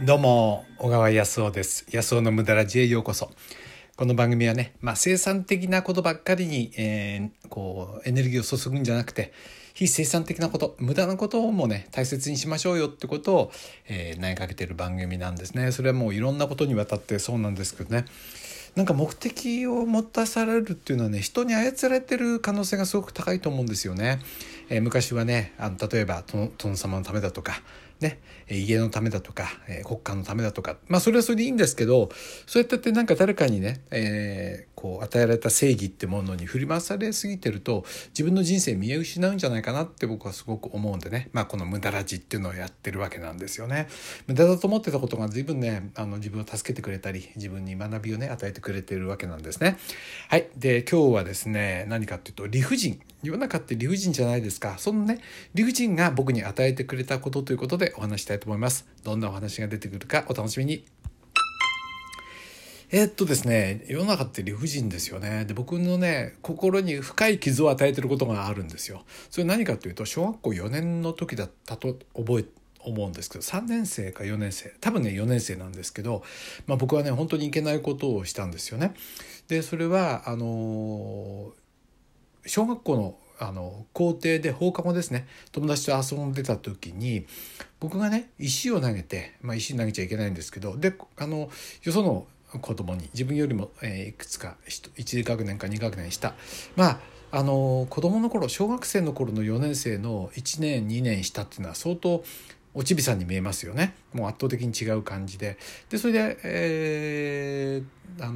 どうも小川康夫です。康夫の無駄ラジへようこそ。この番組はね、生産的なことばっかりに、エネルギーを注ぐんじゃなくて、非生産的なこと、無駄なこともね大切にしましょうよってことを、投げかけている番組なんですね。それはもういろんなことにわたってそうなんですけどね、なんか目的を持たされるっていうのはね、人に操られてる可能性がすごく高いと思うんですよね。昔はね、例えば殿様のためだとかね、家のためだとか、国家のためだとか、それはそれでいいんですけど、そうやってなんか誰かにね、与えられた正義ってものに振り回されすぎてると、自分の人生見失うんじゃないかなって僕はすごく思うんでね、この無駄ラジっていうのをやってるわけなんですよね。無駄だと思ってたことが随分ね、自分を助けてくれたり、自分に学びをね与えてくれてるわけなんですね。はい。で、今日はですね、何かっていうと、理不尽。世の中って理不尽じゃないですか。そのね、理不尽が僕に与えてくれたことということでお話したいと思います。どんなお話が出てくるかお楽しみに。ですね、世の中って理不尽ですよね。で、僕のね、心に深い傷を与えていることがあるんですよ。それ何かというと、小学校4年の時だったと思うんですけど、3年生か4年生、多分ね4年生なんですけど、僕はね本当にいけないことをしたんですよね。で、それは小学校の校庭で放課後ですね、友達と遊んでた時に、僕がね石を投げて、石投げちゃいけないんですけど、でよその子供に、自分よりもいくつか1学年か2学年下、子供の頃、小学生の頃の4年生の1年2年下っていうのは相当おちびさんに見えますよね。もう圧倒的に違う感じで、それで、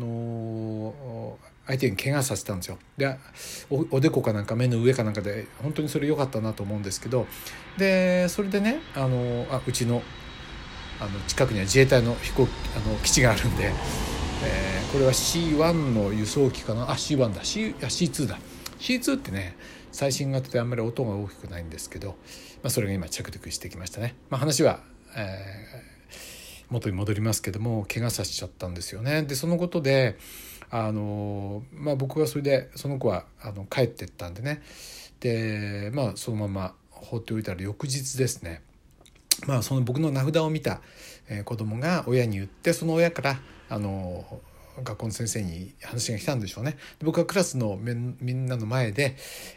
相手に怪我させたんですよ。で、おでこかなんか目の上かなんかで、本当にそれ良かったなと思うんですけど、でそれでね、うちの近くには自衛隊の基地があるんで、これは C1 の輸送機かな、C1 だ、C2 だ。C2 ってね、最新型であんまり音が大きくないんですけど、それが今着陸してきましたね。話は、元に戻りますけども、怪我させちゃったんですよね。で、そのことで僕はそれで、その子は帰ってったんでね、でそのまま放っておいたら、翌日ですね、その僕の名札を見た子供が親に言って、その親から学校の先生に話が来たんでしょうね。で、僕はクラスのみんなの前で、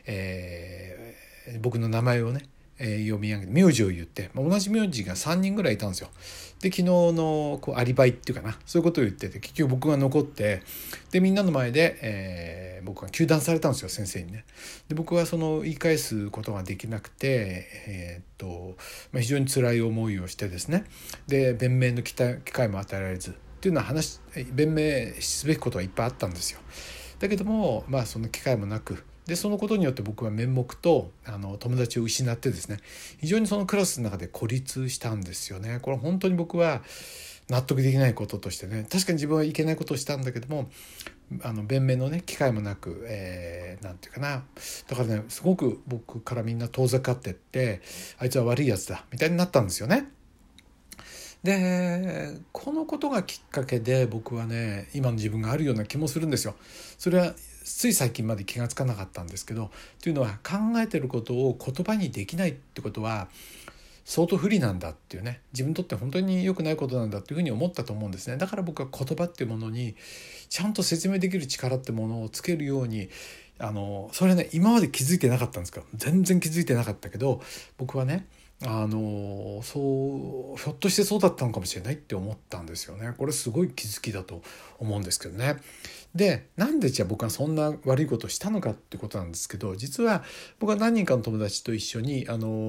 僕の名前をね、読み上げて名字を言って、同じ名字が3人ぐらいいたんですよ。で、昨日のアリバイっていうかな、そういうことを言ってて、結局僕が残って、でみんなの前で、僕が糾弾されたんですよ、先生にね。で、僕はその言い返すことができなくて、非常に辛い思いをしてですね、で弁明の機会も与えられずっていうのは、弁明すべきことはいっぱいあったんですよ。だけども、その機会もなく、でそのことによって僕は面目と友達を失ってですね、非常にそのクラスの中で孤立したんですよね。これ本当に僕は納得できないこととしてね、確かに自分はいけないことをしたんだけども、弁明のね機会もなく、なんていうかな、だからね、すごく僕からみんな遠ざかってって、あいつは悪いやつだみたいになったんですよね。で、このことがきっかけで、僕はね今の自分があるような気もするんですよ。それはつい最近まで気がつかなかったんですけど、というのは、考えてることを言葉にできないってことは相当不利なんだっていうね、自分にとって本当に良くないことなんだっていうふうに思ったと思うんですね。だから僕は言葉っていうものにちゃんと説明できる力ってものをつけるように、それはね、今まで気づいてなかったんですか、全然気づいてなかったけど、僕はね、ひょっとしてそうだったのかもしれないって思ったんですよね。これすごい気づきだと思うんですけどね。で、なんでじゃあ僕はそんな悪いことをしたのかってことなんですけど、実は僕は何人かの友達と一緒に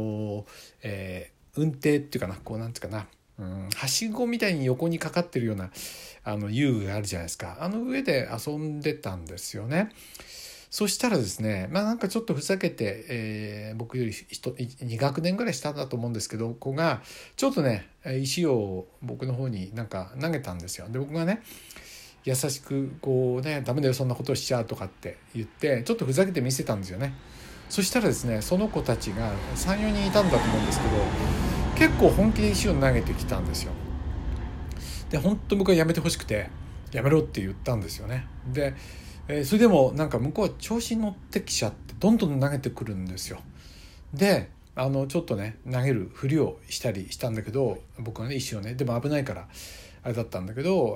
運転っていうかな、なんていうかな、はしごみたいに横にかかってるような遊具があるじゃないですか。上で遊んでたんですよね。そしたらですね、なんかちょっとふざけて、僕より2学年ぐらい下だと思うんですけど、子がちょっとね石を僕の方になんか投げたんですよ。で、僕がね優しくダメだよそんなことしちゃうとかって言って、ちょっとふざけて見せたんですよね。そしたらですね、その子たちが 3,4 人いたんだと思うんですけど、結構本気で石を投げてきたんですよ。で、本当に僕はやめてほしくて、やめろって言ったんですよね。で、それでもなんか向こうは調子に乗ってきちゃって、どんどん投げてくるんですよ。で、 ちょっとね投げるふりをしたりしたんだけど、僕はね石をね、でも危ないからあれだったんだけど、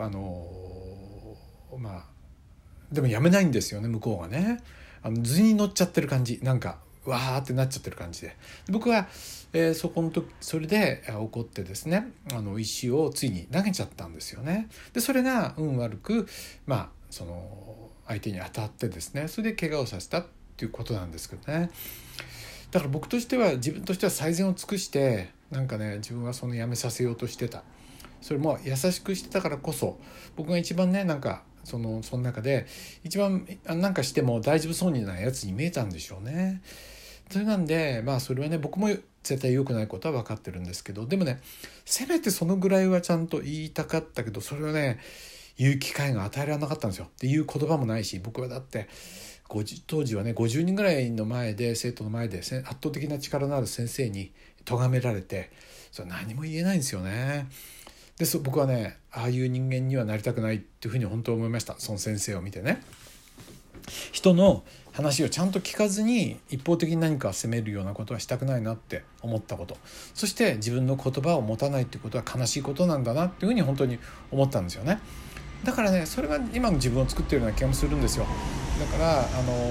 でもやめないんですよね、向こうがね。図に乗っちゃってる感じ、なんかわーってなっちゃってる感じで、僕は、それで怒ってですね、石をついに投げちゃったんですよね。でそれが運悪くその相手に当たってですね、それで怪我をさせたっていうことなんですけどね。だから僕としては、自分としては最善を尽くして、なんかね自分はそのやめさせようとしてた。それも優しくしてたからこそ、僕が一番ねなんかその中で一番なんかしても大丈夫そうにないやつに見えたんでしょうね。それなんでそれはね、僕も絶対良くないことは分かってるんですけど、でもねせめてそのぐらいはちゃんと言いたかったけど、それをね言う機会が与えられなかったんですよ。っていう言葉もないし、僕はだって当時はね50人ぐらいの前で、生徒の前で圧倒的な力のある先生に咎められて、それは何も言えないんですよね。で僕はねああいう人間にはなりたくないっていうふうに本当思いました。その先生を見てね、人の話をちゃんと聞かずに一方的に何か責めるようなことはしたくないなって思ったこと、そして自分の言葉を持たないっていうことは悲しいことなんだなっていうふうに本当に思ったんですよね。だからねそれが今の自分を作っているような気がするんですよ。だから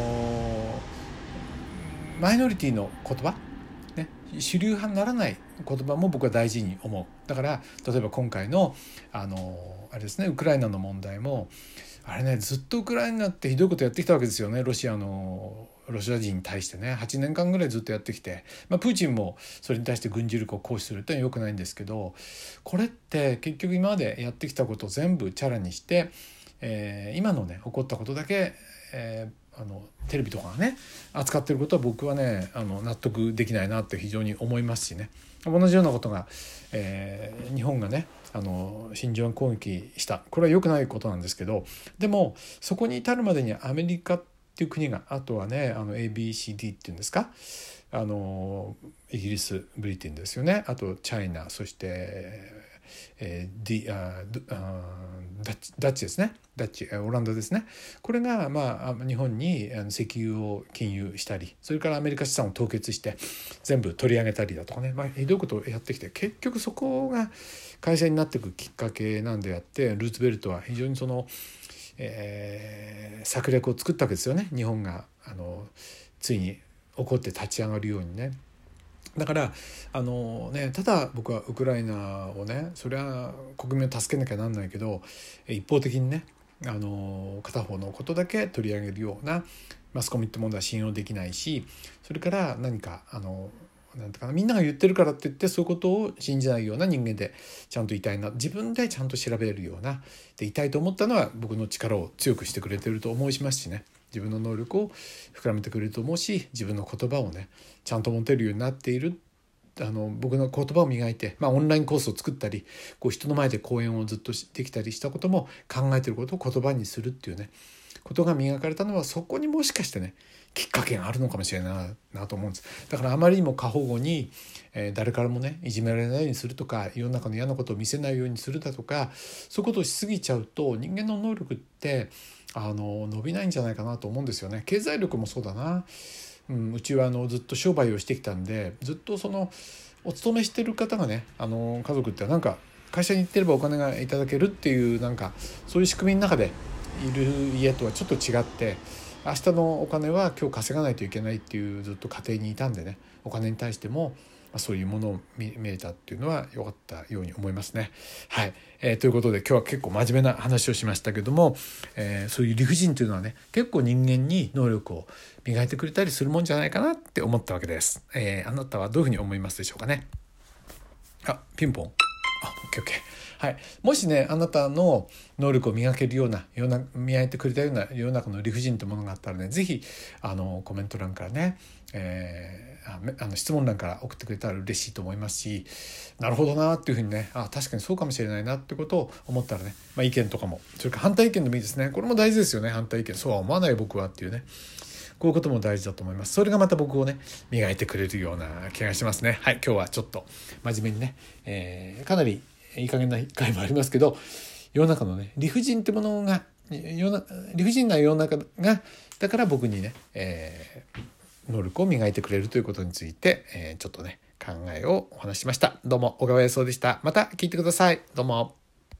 マイノリティの言葉ね、主流派にならない言葉も僕は大事に思う。だから例えば今回のあれですね、ウクライナの問題もあれね、ずっとウクライナってひどいことやってきたわけですよね。ロシア人に対してね8年間ぐらいずっとやってきて、プーチンもそれに対して軍事力を行使するってのは良くないんですけど、これって結局今までやってきたことを全部チャラにして、今のね起こったことだけ、テレビとかがね扱ってることは僕はね納得できないなって非常に思いますしね。同じようなことが、日本がね真珠湾攻撃した、これは良くないことなんですけど、でもそこに至るまでにアメリカっていう国が、あとはねABCD っていうんですか、イギリス、ブリテンですよね、あとチャイナ、そしてダッチですね、オランダですね。これが日本に石油を禁輸したり、それからアメリカ資産を凍結して全部取り上げたりだとかね、ひどいことをやってきて、結局そこが会社になっていくきっかけなんであって、ルーズベルトは非常にその、策略を作ったわけですよね。日本がついに怒って立ち上がるようにね。だからただ僕はウクライナをね、それは国民を助けなきゃなんないけど、一方的にね片方のことだけ取り上げるようなマスコミってものは信用できないし、それから何かなんていうかな、みんなが言ってるからって言ってそういうことを信じないような人間でちゃんといたいな、自分でちゃんと調べるようなでいたいと思ったのは、僕の力を強くしてくれてると思いますしね、自分の能力を膨らめてくれると思うし、自分の言葉をねちゃんと持てるようになっている、僕の言葉を磨いて、オンラインコースを作ったり、人の前で講演をずっとできたりしたことも、考えていることを言葉にするっていうねことが磨かれたのは、そこにもしかしてねきっかけがあるのかもしれないなと思うんです。だからあまりにも過保護に、誰からもねいじめられないようにするとか、世の中の嫌なことを見せないようにするだとか、そういうことをしすぎちゃうと、人間の能力って伸びないんじゃないかなと思うんですよね。経済力もそうだな。うちはずっと商売をしてきたんで、ずっとお勤めしてる方がね家族ってなんか会社に行ってればお金がいただけるっていう、なんかそういう仕組みの中でいる家とはちょっと違って、明日のお金は今日稼がないといけないっていうずっと家庭にいたんでね、お金に対してもそういうものを見えたっていうのは良かったように思いますね。はい、ということで今日は結構真面目な話をしましたけども、そういう理不尽というのはね結構人間に能力を磨いてくれたりするもんじゃないかなって思ったわけです。あなたはどういうふうに思いますでしょうかね。ピンポン。オッケーオッケー。はい、もしねあなたの能力を磨けるような磨いてくれたような世の中の理不尽というものがあったらね、ぜひコメント欄からね、質問欄から送ってくれたら嬉しいと思いますし、なるほどなっていうふうにね、確かにそうかもしれないなってことを思ったらね、意見とかも、それから反対意見でもいいですね。これも大事ですよね。反対意見、そうは思わない僕はっていうね、こういうことも大事だと思います。それがまた僕をね磨いてくれるような気がしますね。はい、今日はちょっと真面目にね、かなりいい加減な回もありますけど、世の中のね理不尽ってものが理不尽な世の中がだから僕にね、 能力を磨いてくれるということについて、ちょっとね考えをお話ししました。どうも小川康夫でした。また聞いてください。どうも。